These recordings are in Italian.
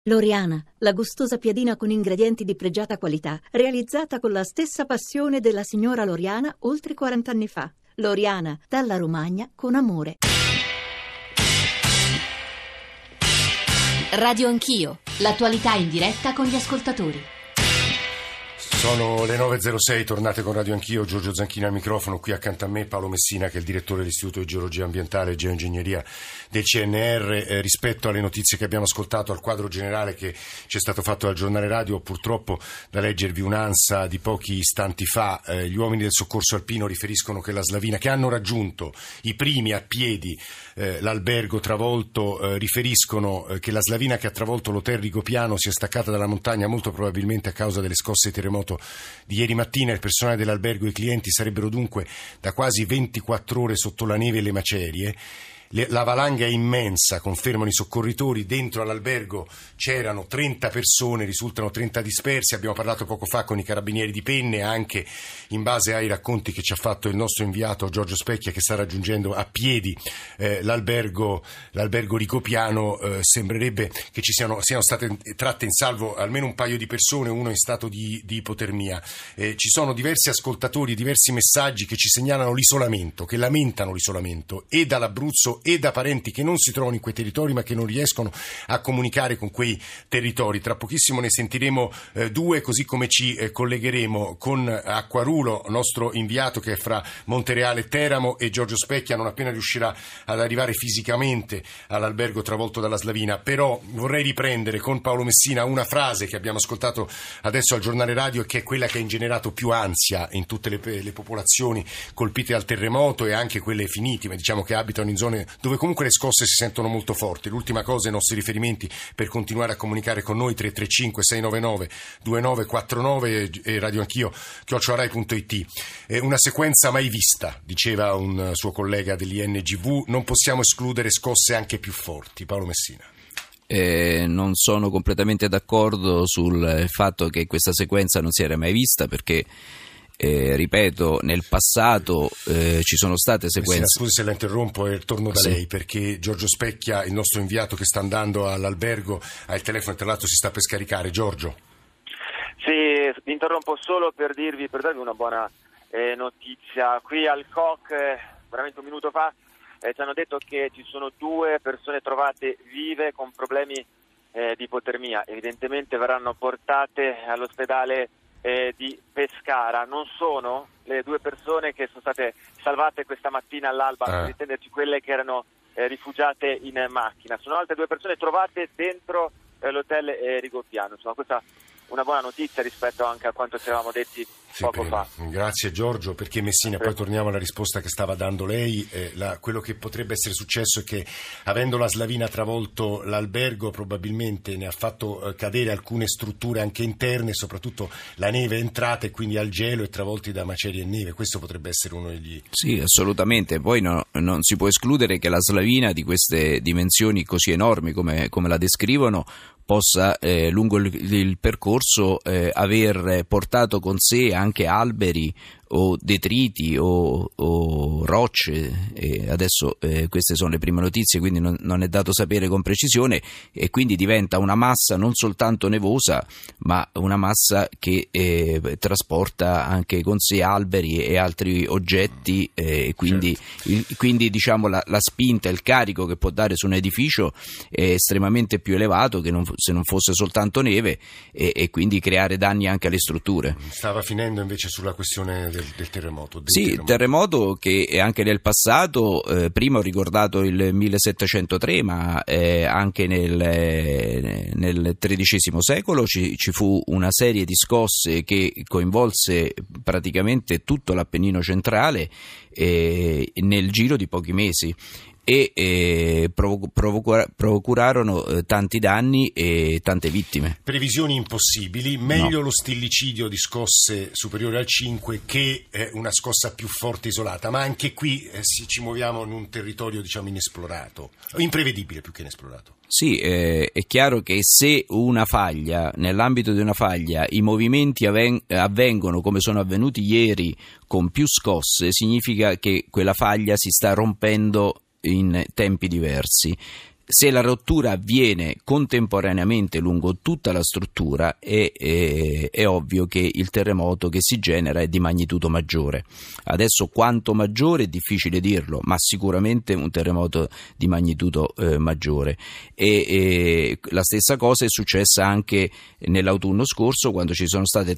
Loriana, la gustosa piadina con ingredienti di pregiata qualità, realizzata con la stessa passione della signora Loriana oltre 40 anni fa. Loriana, dalla Romagna con amore. Radio Anch'io, l'attualità in diretta con gli ascoltatori. Sono le 9.06, tornate con Radio Anch'io, Giorgio Zanchini al microfono, qui accanto a me Paolo Messina che è il direttore dell'Istituto di Geologia Ambientale e Geoingegneria del CNR. Rispetto alle notizie che abbiamo ascoltato, al quadro generale che ci è stato fatto dal giornale radio, purtroppo da leggervi un'ANSA di pochi istanti fa. Gli uomini del soccorso alpino riferiscono che la slavina, che hanno raggiunto i primi a piedi l'albergo travolto, riferiscono che la slavina che ha travolto l'hotel Rigopiano si è staccata dalla montagna molto probabilmente a causa delle scosse di terremoto di ieri mattina. Il personale dell'albergo e i clienti sarebbero dunque da quasi 24 ore sotto la neve e le macerie. La valanga è immensa, confermano i soccorritori. Dentro all'albergo c'erano 30 persone, risultano 30 dispersi. Abbiamo parlato poco fa con i carabinieri di Penne, anche in base ai racconti che ci ha fatto il nostro inviato Giorgio Specchia, che sta raggiungendo a piedi l'albergo Rigopiano. Sembrerebbe che siano state tratte in salvo almeno un paio di persone, uno in stato di ipotermia. Ci sono diversi ascoltatori, diversi messaggi che ci segnalano l'isolamento, che lamentano l'isolamento, e dall'Abruzzo e da parenti che non si trovano in quei territori ma che non riescono a comunicare con quei territori. Tra pochissimo ne sentiremo due, così come ci collegheremo con Acquarulo, nostro inviato che è fra Montereale e Teramo, e Giorgio Specchia non appena riuscirà ad arrivare fisicamente all'albergo travolto dalla slavina. Però vorrei riprendere con Paolo Messina una frase che abbiamo ascoltato adesso al giornale radio e che è quella che ha ingenerato più ansia in tutte le popolazioni colpite dal terremoto e anche quelle finite, ma diciamo che abitano in zone dove comunque le scosse si sentono molto forti. L'ultima cosa, i nostri riferimenti per continuare a comunicare con noi: 335 699 2949 e Radio Anch'io @rai.it. Una sequenza mai vista, diceva un suo collega dell'INGV. Non possiamo escludere scosse anche più forti. Paolo Messina. Non sono completamente d'accordo sul fatto che questa sequenza non si era mai vista, perché ripeto, nel passato ci sono state sequenze. Scusi se la interrompo e torno da lei, perché Giorgio Specchia, il nostro inviato che sta andando all'albergo, ha il telefono, tra l'altro si sta per scaricare. Giorgio. Sì, vi interrompo solo per darvi una buona notizia. Qui al COC, veramente un minuto fa, ci hanno detto che ci sono 2 persone trovate vive con problemi di ipotermia. Evidentemente verranno portate all'ospedale di Pescara. Non sono le 2 persone che sono state salvate questa mattina all'alba, per intenderci quelle che erano rifugiate in macchina. Sono altre 2 persone trovate dentro l'hotel Rigopiano. Insomma, questa è una buona notizia rispetto anche a quanto ci eravamo detti poco fa. Grazie Giorgio, perché Messina, poi torniamo alla risposta che stava dando lei. Quello che potrebbe essere successo è che, avendo la slavina travolto l'albergo, probabilmente ne ha fatto cadere alcune strutture anche interne, soprattutto la neve è entrata e quindi al gelo e travolti da macerie e neve. Questo potrebbe essere uno degli... Sì, assolutamente. Poi non si può escludere che la slavina di queste dimensioni così enormi come la descrivono possa lungo il percorso aver portato con sé anche alberi o detriti o rocce. E adesso queste sono le prime notizie, quindi non è dato sapere con precisione, e quindi diventa una massa non soltanto nevosa, ma una massa che trasporta anche con sé alberi e altri oggetti, e quindi, certo. Quindi diciamo la spinta, il carico che può dare su un edificio è estremamente più elevato che se non fosse soltanto neve, e quindi creare danni anche alle strutture. Stava finendo invece sulla questione del terremoto. Terremoto che anche nel passato, prima ho ricordato il 1703, ma anche nel XIII secolo ci fu una serie di scosse che coinvolse praticamente tutto l'Appennino centrale nel giro di pochi mesi, e procurarono tanti danni e tante vittime. Previsioni impossibili, meglio lo stillicidio di scosse superiori al 5 che una scossa più forte isolata, ma anche qui ci muoviamo in un territorio inesplorato, imprevedibile più che inesplorato. Sì, è chiaro che se nell'ambito di una faglia i movimenti avvengono come sono avvenuti ieri, con più scosse, significa che quella faglia si sta rompendo in tempi diversi. Se la rottura avviene contemporaneamente lungo tutta la struttura è ovvio che il terremoto che si genera è di magnitudo maggiore. Adesso quanto maggiore è difficile dirlo, ma sicuramente un terremoto di magnitudo maggiore. E la stessa cosa è successa anche nell'autunno scorso, quando ci sono state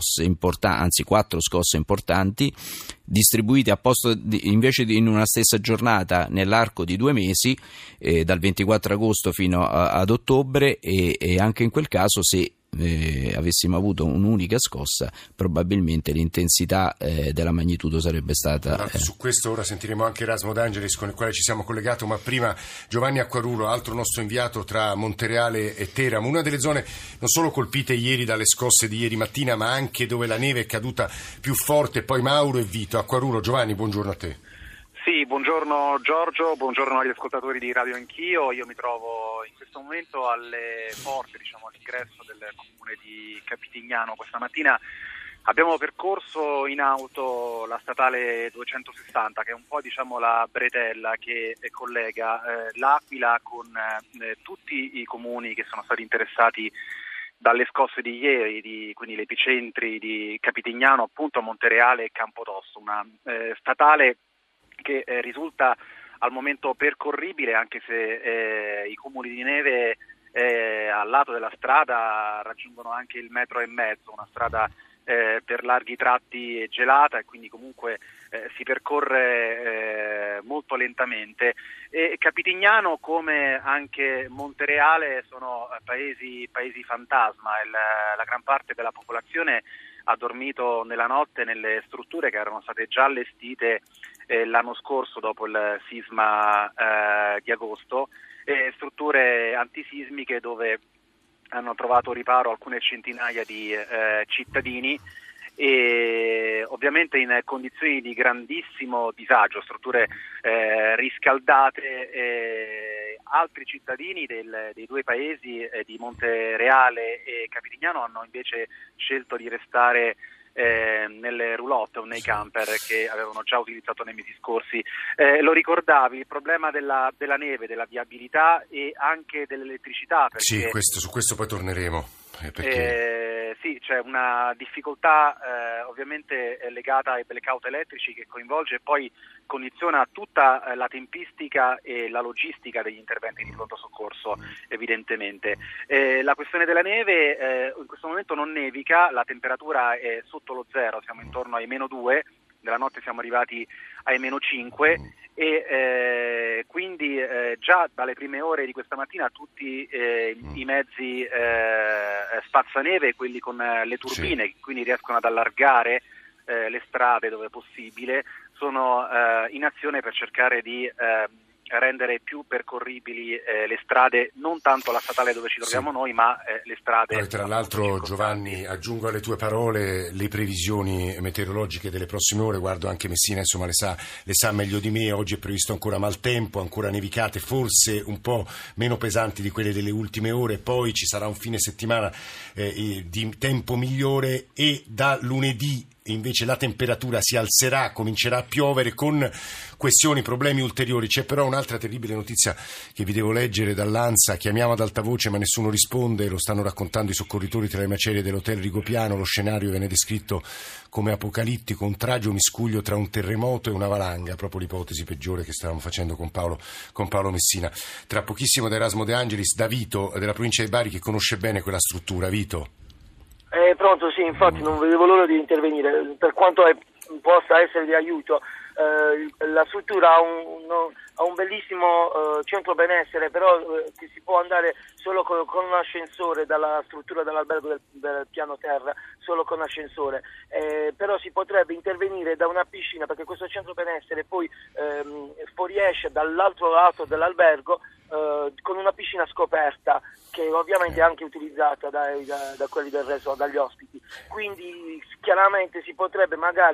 4 scosse importanti, distribuite invece in una stessa giornata nell'arco di 2 mesi, dal 24 agosto fino ad ottobre, e anche in quel caso, se avessimo avuto un'unica scossa, probabilmente l'intensità della magnitudo sarebbe stata... Su questo ora sentiremo anche Erasmo D'Angelis, con il quale ci siamo collegato, ma prima Giovanni Acquarulo, altro nostro inviato tra Montereale e Teramo, una delle zone non solo colpite ieri dalle scosse di ieri mattina, ma anche dove la neve è caduta più forte. Poi Mauro e Vito. Acquarulo, Giovanni, buongiorno a te. Sì, buongiorno Giorgio, buongiorno agli ascoltatori di Radio Anch'io. Io mi trovo in questo momento alle porte, all'ingresso del comune di Capitignano. Questa mattina abbiamo percorso in auto la statale 260, che è un po' la bretella che collega l'Aquila con tutti i comuni che sono stati interessati dalle scosse di ieri, quindi gli epicentri di Capitignano, appunto Montereale e Campotosto, una statale che risulta al momento percorribile, anche se i cumuli di neve al lato della strada raggiungono anche il 1,5 metri, una strada per larghi tratti gelata, e quindi comunque si percorre molto lentamente. E Capitignano, come anche Montereale, sono paesi fantasma. La gran parte della popolazione ha dormito nella notte nelle strutture che erano state già allestite l'anno scorso dopo il sisma di agosto, strutture antisismiche dove hanno trovato riparo alcune centinaia di cittadini, e ovviamente in condizioni di grandissimo disagio, strutture riscaldate. Altri cittadini dei due paesi, di Montereale e Capitignano, hanno invece scelto di restare nelle roulotte o nei camper che avevano già utilizzato nei mesi scorsi. Lo ricordavi, il problema della neve, della viabilità e anche dell'elettricità. Perché, sì, su questo poi torneremo. Sì, c'è una difficoltà ovviamente legata ai blackout elettrici, che coinvolge e poi condiziona tutta la tempistica e la logistica degli interventi di pronto soccorso, evidentemente. La questione della neve, in questo momento non nevica, la temperatura è sotto lo zero, siamo intorno ai -2, nella notte siamo arrivati ai -5, e quindi già dalle prime ore di questa mattina tutti i mezzi spazzaneve, quelli con le turbine, sì, che quindi riescono ad allargare le strade dove possibile, sono in azione per cercare di rendere più percorribili le strade, non tanto la statale dove ci troviamo, sì, noi, ma le strade. Poi, tra l'altro, Giovanni, aggiungo alle tue parole le previsioni meteorologiche delle prossime ore. Guardo anche Messina, insomma, le sa meglio di me. Oggi è previsto ancora maltempo, ancora nevicate, forse un po' meno pesanti di quelle delle ultime ore. Poi ci sarà un fine settimana di tempo migliore, e da lunedì invece la temperatura si alzerà, comincerà a piovere con problemi ulteriori. C'è però un'altra terribile notizia che vi devo leggere dall'ANSA. Chiamiamo ad alta voce ma nessuno risponde, lo stanno raccontando i soccorritori tra le macerie dell'hotel Rigopiano. Lo scenario viene descritto come apocalittico, un tragico miscuglio tra un terremoto e una valanga, proprio l'ipotesi peggiore che stavamo facendo con Paolo Messina. Tra pochissimo da Erasmo De Angelis, da Vito della provincia di Bari, che conosce bene quella struttura. Vito. Pronto, sì, infatti non vedevo l'ora di intervenire. Per quanto possa essere di aiuto, la struttura ha un bellissimo centro benessere, però che si può andare solo con un ascensore dalla struttura dell'albergo del piano terra, solo con ascensore. Però si potrebbe intervenire da una piscina, perché questo centro benessere poi fuoriesce dall'altro lato dell'albergo con una piscina scoperta, che ovviamente è anche utilizzata da quelli del resort, dagli ospiti. Quindi chiaramente si potrebbe magari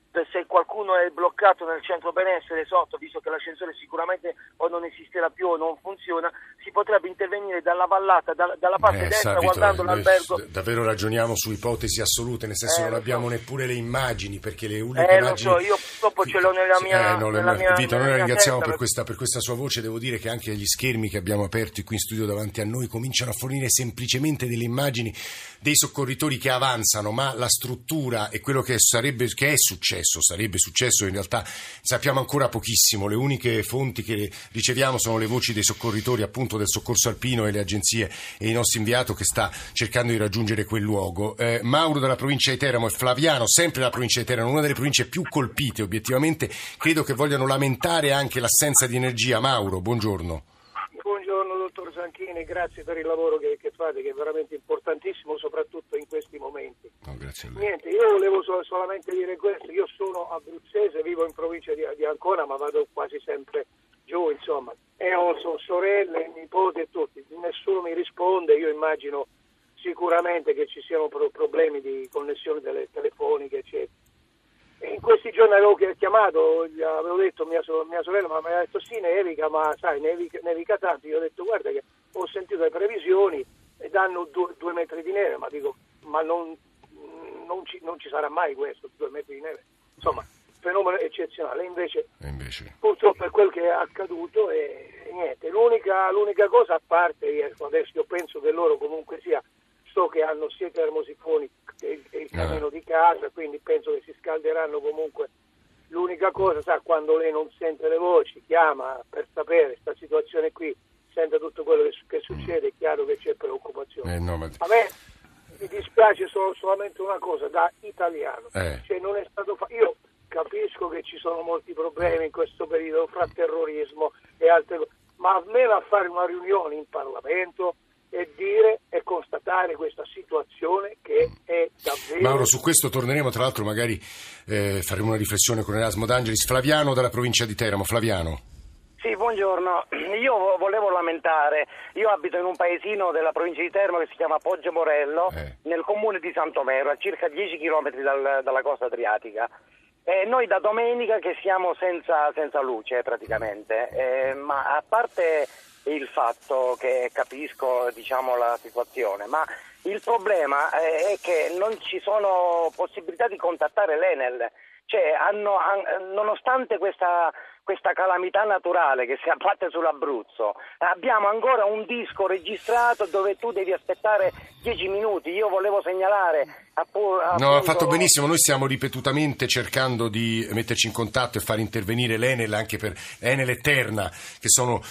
se qualcuno è bloccato nel centro benessere sotto, visto che l'ascensore sicuramente o non esisterà più o non funziona, si potrebbe intervenire dalla vallata, dalla parte destra, guardando l'albergo. Davvero ragioniamo su ipotesi assolute, nel senso non abbiamo neppure le immagini, perché le uniche immagini... Lo so, io purtroppo ce l'ho nella mia... Vito, noi la ringraziamo per questa sua voce. Devo dire che anche gli schermi che abbiamo aperti qui in studio davanti a noi cominciano a fornire semplicemente delle immagini dei soccorritori che avanzano, ma la struttura e quello che sarebbe successo in realtà sappiamo ancora pochissimo. Le uniche fonti che riceviamo sono le voci dei soccorritori, appunto del soccorso alpino, e le agenzie e il nostro inviato che sta cercando di raggiungere quel luogo. Mauro dalla provincia di Teramo e Flaviano, sempre dalla provincia di Teramo, una delle province più colpite obiettivamente, credo che vogliano lamentare anche l'assenza di energia. Mauro, buongiorno. Buongiorno dottor Zanchini, grazie per il lavoro che fate, che è veramente importantissimo, soprattutto in questi momenti. No, grazie a lei. Niente, io volevo solamente dire questo: io sono abruzzese, vivo in provincia di Ancona, ma vado quasi sempre giù, insomma, e ho sorelle, nipoti e tutti, nessuno mi risponde. Io immagino sicuramente che ci siano problemi di connessione telefoniche, eccetera. E in questi giorni avevo chiamato, avevo detto mia sorella, ma mi ha detto sì, nevica, ma sai, nevica tanto. Io ho detto guarda che ho sentito le previsioni e danno 2 metri di neve, ma dico, ma non ci sarà mai questo, 2 metri di neve. Insomma, fenomeno eccezionale. Invece purtroppo è quel che è accaduto e niente. L'unica cosa, a parte, adesso io penso che loro comunque so che hanno sia termosifoni che il camino di casa, quindi penso che si scalderanno comunque. L'unica cosa, sa, quando lei non sente le voci, chiama per sapere questa situazione qui, sente tutto quello che succede, è chiaro che c'è preoccupazione. A me mi dispiace solamente una cosa, da italiano, cioè non è stato io capisco che ci sono molti problemi in questo periodo fra terrorismo e altre cose, ma almeno a fare una riunione in Parlamento e dire e constatare questa situazione che è davvero... Mauro, su questo torneremo, tra l'altro magari faremo una riflessione con Erasmo D'Angelis. Flaviano dalla provincia di Teramo. Flaviano. Sì, buongiorno. Io volevo lamentare, io abito in un paesino della provincia di Teramo che si chiama Poggio Morello, nel comune di Santomero, a circa 10 chilometri dalla costa adriatica. Noi da domenica che siamo senza luce praticamente, ma a parte il fatto che capisco, diciamo, la situazione, ma il problema è che non ci sono possibilità di contattare l'Enel, cioè nonostante questa calamità naturale che si abbatte sull'Abruzzo, abbiamo ancora un disco registrato dove tu devi aspettare 10 minuti. Io volevo segnalare No, ha fatto benissimo. Noi stiamo ripetutamente cercando di metterci in contatto e far intervenire l'Enel, anche per Enel e Terna, che sono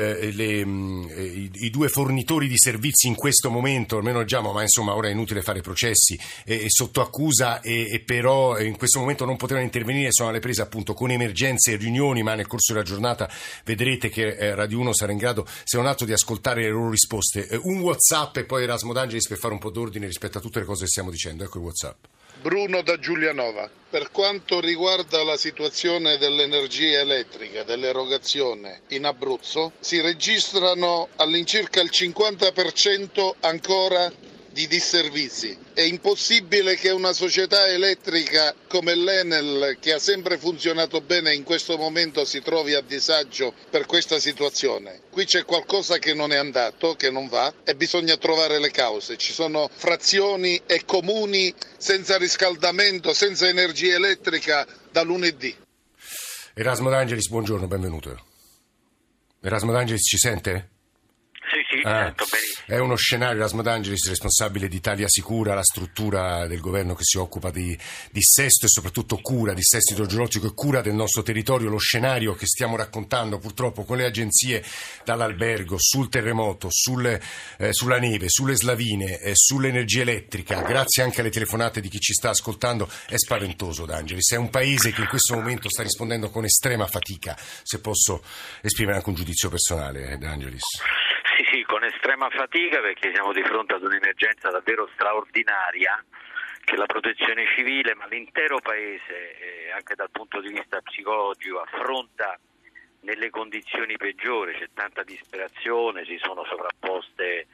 i 2 fornitori di servizi in questo momento, almeno diciamo, ma insomma ora è inutile fare processi, sotto accusa e però in questo momento non potevano intervenire, sono alle prese appunto con emergenze e riunioni, ma nel corso della giornata vedrete che Radio 1 sarà in grado, se non altro, di ascoltare le loro risposte. Un WhatsApp e poi Erasmo D'Angelis per fare un po' d'ordine rispetto a tutte le cose che stiamo dicendo. Ecco il WhatsApp. Bruno da Giulianova. Per quanto riguarda la situazione dell'energia elettrica, dell'erogazione in Abruzzo, si registrano all'incirca il 50% ancora di disservizi. È impossibile che una società elettrica come l'Enel, che ha sempre funzionato bene, in questo momento si trovi a disagio per questa situazione. Qui c'è qualcosa che non è andato, che non va, e bisogna trovare le cause. Ci sono frazioni e comuni senza riscaldamento, senza energia elettrica da lunedì. Erasmo D'Angelis, buongiorno, benvenuto. Erasmo D'Angelis, ci sente? Sì, sento benissimo. È uno scenario, Erasmo D'Angelis, responsabile di Italia Sicura, la struttura del governo che si occupa di dissesto e soprattutto cura, dissesto idrogeologico e cura del nostro territorio. Lo scenario che stiamo raccontando purtroppo con le agenzie dall'albergo, sul terremoto, sulla neve, sulle slavine, sull'energia elettrica, grazie anche alle telefonate di chi ci sta ascoltando, è spaventoso, D'Angelis. È un paese che in questo momento sta rispondendo con estrema fatica, se posso esprimere anche un giudizio personale, D'Angelis. Sì, con estrema fatica, perché siamo di fronte ad un'emergenza davvero straordinaria che la protezione civile, ma l'intero paese, anche dal punto di vista psicologico, affronta nelle condizioni peggiori. C'è tanta disperazione, si sono sovrapposte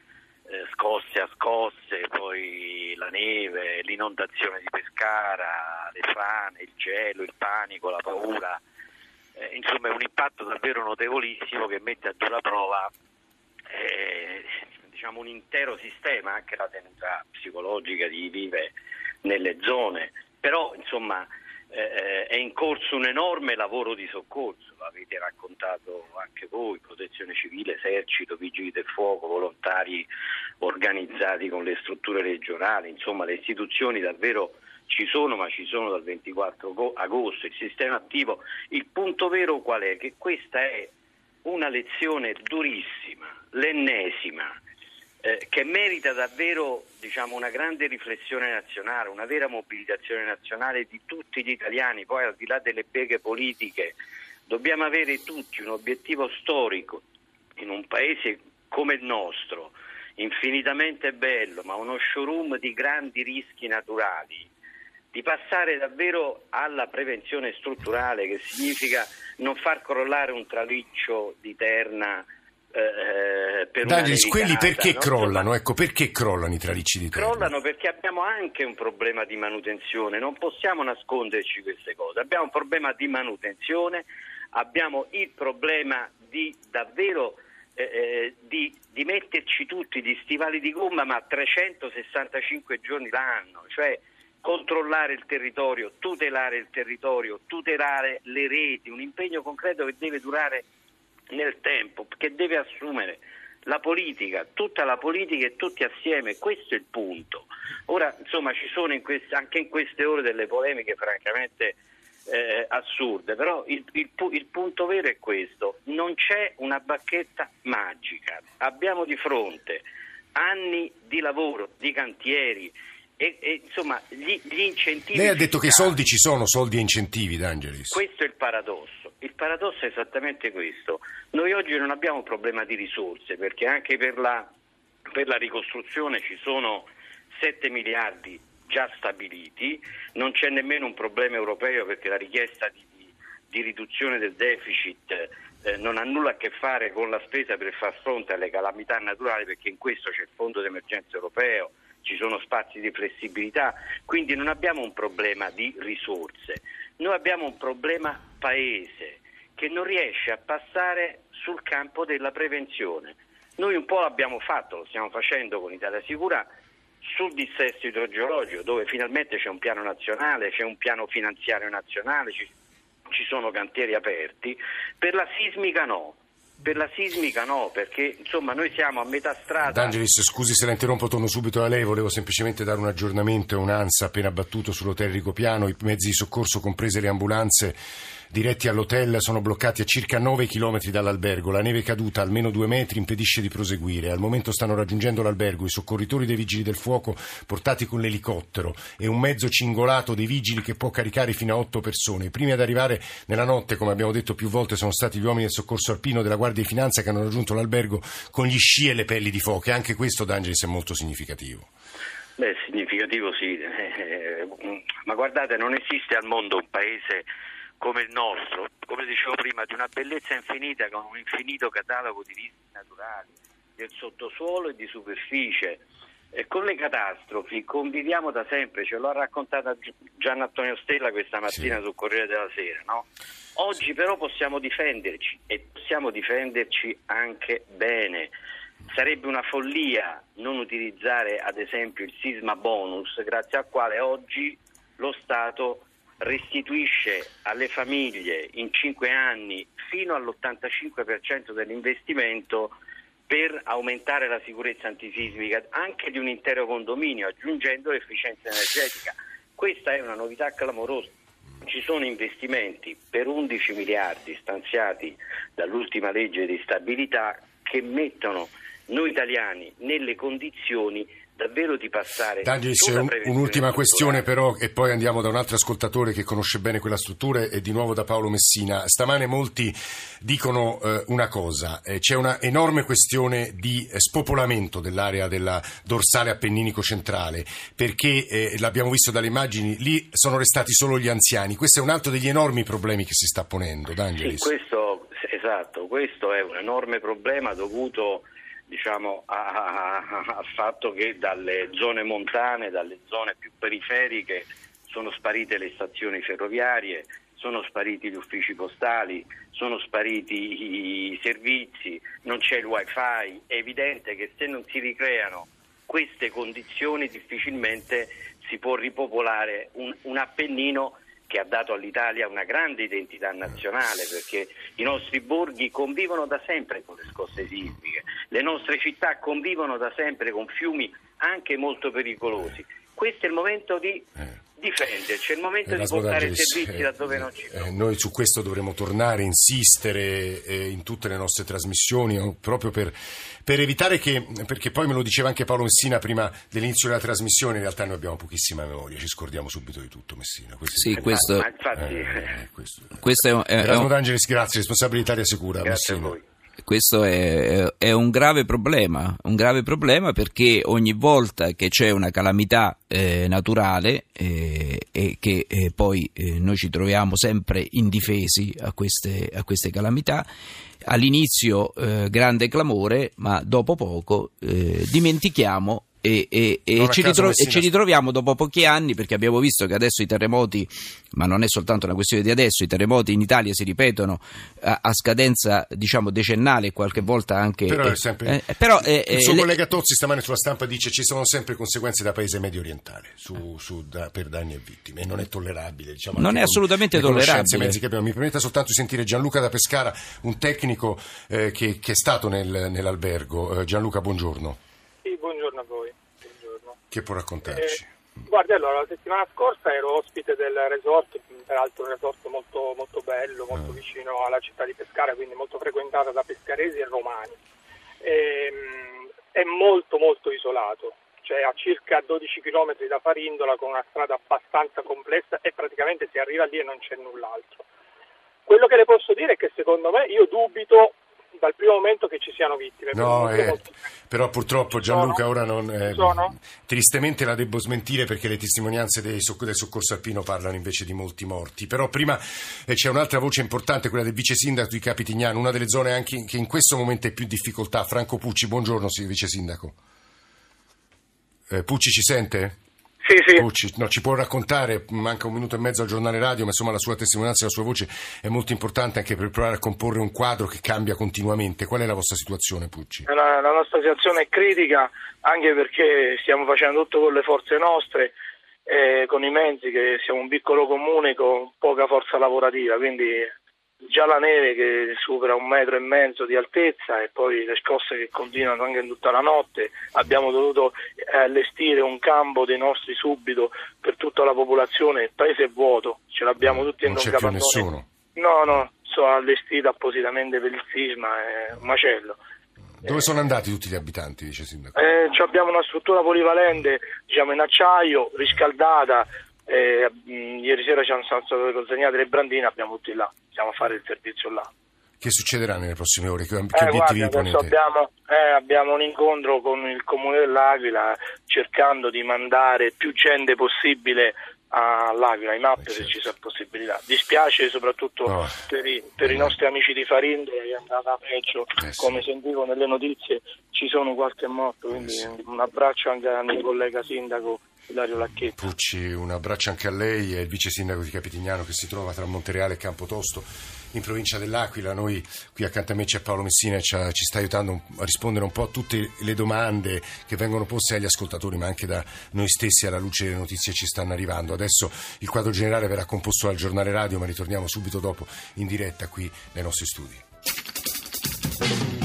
scosse a scosse, poi la neve, l'inondazione di Pescara, le frane, il gelo, il panico, la paura, insomma è un impatto davvero notevolissimo che mette a dura prova diciamo un intero sistema, anche la tenuta psicologica di chi vive nelle zone, però insomma è in corso un enorme lavoro di soccorso, l'avete raccontato anche voi, protezione civile, esercito, vigili del fuoco, volontari organizzati con le strutture regionali, insomma le istituzioni davvero ci sono, ma ci sono dal 24 agosto, il sistema attivo. Il punto vero qual è? Che questa è una lezione durissima, l'ennesima, che merita davvero una grande riflessione nazionale, una vera mobilitazione nazionale di tutti gli italiani. Poi al di là delle beghe politiche dobbiamo avere tutti un obiettivo storico in un paese come il nostro, infinitamente bello, ma uno showroom di grandi rischi naturali, di passare davvero alla prevenzione strutturale, che significa non far crollare un traliccio di terra per D'Angelis, una nevicata, quelli perché no? crollano? Ecco, perché crollano i tralicci di terra? Crollano perché abbiamo anche un problema di manutenzione, non possiamo nasconderci queste cose. Abbiamo un problema di manutenzione, abbiamo il problema di davvero di metterci tutti di stivali di gomma, ma 365 giorni l'anno, cioè controllare il territorio, tutelare le reti, un impegno concreto che deve durare nel tempo, che deve assumere la politica, tutta la politica e tutti assieme. Questo è il punto. Ora, insomma, ci sono anche in queste ore delle polemiche francamente assurde, però il punto vero è questo: non c'è una bacchetta magica, abbiamo di fronte anni di lavoro, di cantieri e insomma gli incentivi. Lei ha detto che i soldi ci sono, soldi e incentivi, D'Angelis. Questo è il paradosso. Il paradosso è esattamente questo. Noi oggi non abbiamo un problema di risorse, perché anche per la ricostruzione ci sono 7 miliardi già stabiliti, non c'è nemmeno un problema europeo, perché la richiesta di riduzione del deficit non ha nulla a che fare con la spesa per far fronte alle calamità naturali, perché in questo c'è il fondo d'emergenza europeo, ci sono spazi di flessibilità, quindi non abbiamo un problema di risorse, noi abbiamo un problema paese che non riesce a passare sul campo della prevenzione. Noi un po' l'abbiamo fatto, lo stiamo facendo con Italia Sicura sul dissesto idrogeologico, dove finalmente c'è un piano nazionale, c'è un piano finanziario nazionale, ci sono cantieri aperti. Per la sismica no, perché insomma noi siamo a metà strada. D'Angelis, scusi se la interrompo, torno subito da lei, volevo semplicemente dare un aggiornamento e un'ANSA appena battuto sull'hotel Rigopiano, i mezzi di soccorso comprese le ambulanze diretti all'hotel sono bloccati a circa 9 chilometri dall'albergo, la neve caduta a almeno 2 metri impedisce di proseguire, al momento stanno raggiungendo l'albergo i soccorritori dei vigili del fuoco portati con l'elicottero e un mezzo cingolato dei vigili che può caricare fino a 8 persone. I primi ad arrivare nella notte, come abbiamo detto più volte, sono stati gli uomini del soccorso alpino della Guardia di Finanza che hanno raggiunto l'albergo con gli sci e le pelli di foche. Anche questo, D'Angelis, è molto significativo. Beh, significativo sì, ma guardate, non esiste al mondo un paese come il nostro, come dicevo prima, di una bellezza infinita, con un infinito catalogo di rischi naturali, del sottosuolo e di superficie. E con le catastrofi conviviamo da sempre, ce l'ha raccontata Gian Antonio Stella questa mattina sul Corriere della Sera, no? Oggi però possiamo difenderci e possiamo difenderci anche bene. Sarebbe una follia non utilizzare ad esempio il sisma bonus, grazie al quale oggi lo Stato restituisce alle famiglie in 5 anni fino all'85% dell'investimento per aumentare la sicurezza antisismica anche di un intero condominio, aggiungendo l'efficienza energetica. Questa è una novità clamorosa. Ci sono investimenti per 11 miliardi stanziati dall'ultima legge di stabilità che mettono noi italiani nelle condizioni davvero di passare. D'Angelis, un'ultima questione però e poi andiamo da un altro ascoltatore che conosce bene quella struttura e di nuovo da Paolo Messina. Stamane molti dicono una cosa, c'è una enorme questione di spopolamento dell'area della dorsale appenninico centrale, perché l'abbiamo visto dalle immagini, lì sono restati solo gli anziani. Questo è un altro degli enormi problemi che si sta ponendo, D'Angelis. Sì, questo è un enorme problema dovuto diciamo, al fatto che dalle zone montane, dalle zone più periferiche sono sparite le stazioni ferroviarie, sono spariti gli uffici postali, sono spariti i servizi, non c'è il wifi. È evidente che se non si ricreano queste condizioni difficilmente si può ripopolare un Appennino che ha dato all'Italia una grande identità nazionale, perché i nostri borghi convivono da sempre con le scosse sismiche, le nostre città convivono da sempre con fiumi anche molto pericolosi. Questo è il momento di difenderci, è il momento di portare servizi laddove non ci sono. Noi su questo dovremo tornare, insistere in tutte le nostre trasmissioni, proprio per evitare che, perché poi me lo diceva anche Paolo Messina prima dell'inizio della trasmissione, in realtà noi abbiamo pochissima memoria, ci scordiamo subito di tutto, Messina. Questo è Erasmo D'Angelis, grazie, responsabile di Italia Sicura. Grazie Messina. a voi. Questo è un grave problema perché ogni volta che c'è una calamità naturale e che poi noi ci troviamo sempre indifesi a queste calamità, all'inizio grande clamore, ma dopo poco dimentichiamo e ci ritroviamo dopo pochi anni, perché abbiamo visto che adesso i terremoti, ma non è soltanto una questione di adesso, i terremoti in Italia si ripetono a scadenza, diciamo, decennale e qualche volta anche... Però è sempre... il suo collega Tozzi stamane sulla stampa dice ci sono sempre conseguenze da paese medio orientale per danni e vittime, e non è tollerabile. Diciamo, non è assolutamente tollerabile. Mezzi che abbiamo. Mi permetta soltanto di sentire Gianluca da Pescara, un tecnico che è stato nell'albergo. Gianluca, buongiorno. Sì, buongiorno a voi. Buongiorno. Che può raccontarci? Guardi, allora, la settimana scorsa ero ospite del resort, peraltro un resort molto, molto bello, molto vicino alla città di Pescara, quindi molto frequentata da pescaresi e romani. È molto molto isolato, cioè a circa 12 km da Farindola, con una strada abbastanza complessa, e praticamente si arriva lì e non c'è null'altro. Quello che le posso dire è che secondo me, io dubito dal primo momento che ci siano vittime. Però purtroppo Gianluca ora tristemente la devo smentire, perché le testimonianze del soccorso alpino parlano invece di molti morti. Però prima c'è un'altra voce importante, quella del vice sindaco di Capitignano, una delle zone anche che in questo momento è più in difficoltà. Franco Pucci, buongiorno vice sindaco. Pucci, ci sente? Sì. Pucci, ci può raccontare, manca un minuto e mezzo al giornale radio, ma insomma la sua testimonianza e la sua voce è molto importante anche per provare a comporre un quadro che cambia continuamente. Qual è la vostra situazione, Pucci? La nostra situazione è critica, anche perché stiamo facendo tutto con le forze nostre, con i mezzi, che siamo un piccolo comune con poca forza lavorativa, quindi già la neve che supera 1,5 metri di altezza, e poi le scosse che continuano anche in tutta la notte. Abbiamo dovuto allestire un campo dei nostri subito per tutta la popolazione. Il paese è vuoto, ce l'abbiamo tutti in un capannone. Non c'è più nessuno? No, sono allestito appositamente per il sisma, è un macello. Dove sono andati tutti gli abitanti, dice sindaco? Abbiamo una struttura polivalente, diciamo in acciaio, riscaldata. Ieri sera ci sono state consegnate le brandine, abbiamo tutti là, stiamo a fare il servizio là. Che succederà nelle prossime ore? Che obiettivi vi ponete? Abbiamo un incontro con il comune dell'Aquila, cercando di mandare più gente possibile all'Aquila, in app, se ci sarà possibilità. Dispiace soprattutto per i nostri amici di Farindola, che è andata peggio, come sentivo nelle notizie ci sono qualche morto, quindi un abbraccio anche al mio collega sindaco Ilario Lacchetti. Pucci, un abbraccio anche a lei e il vice sindaco di Capitignano, che si trova tra Montereale e Campotosto in provincia dell'Aquila. Noi qui accanto a me c'è Paolo Messina, ci sta aiutando a rispondere un po' a tutte le domande che vengono poste agli ascoltatori, ma anche da noi stessi, alla luce delle notizie che ci stanno arrivando. Adesso il quadro generale verrà composto dal giornale radio, ma ritorniamo subito dopo in diretta qui nei nostri studi.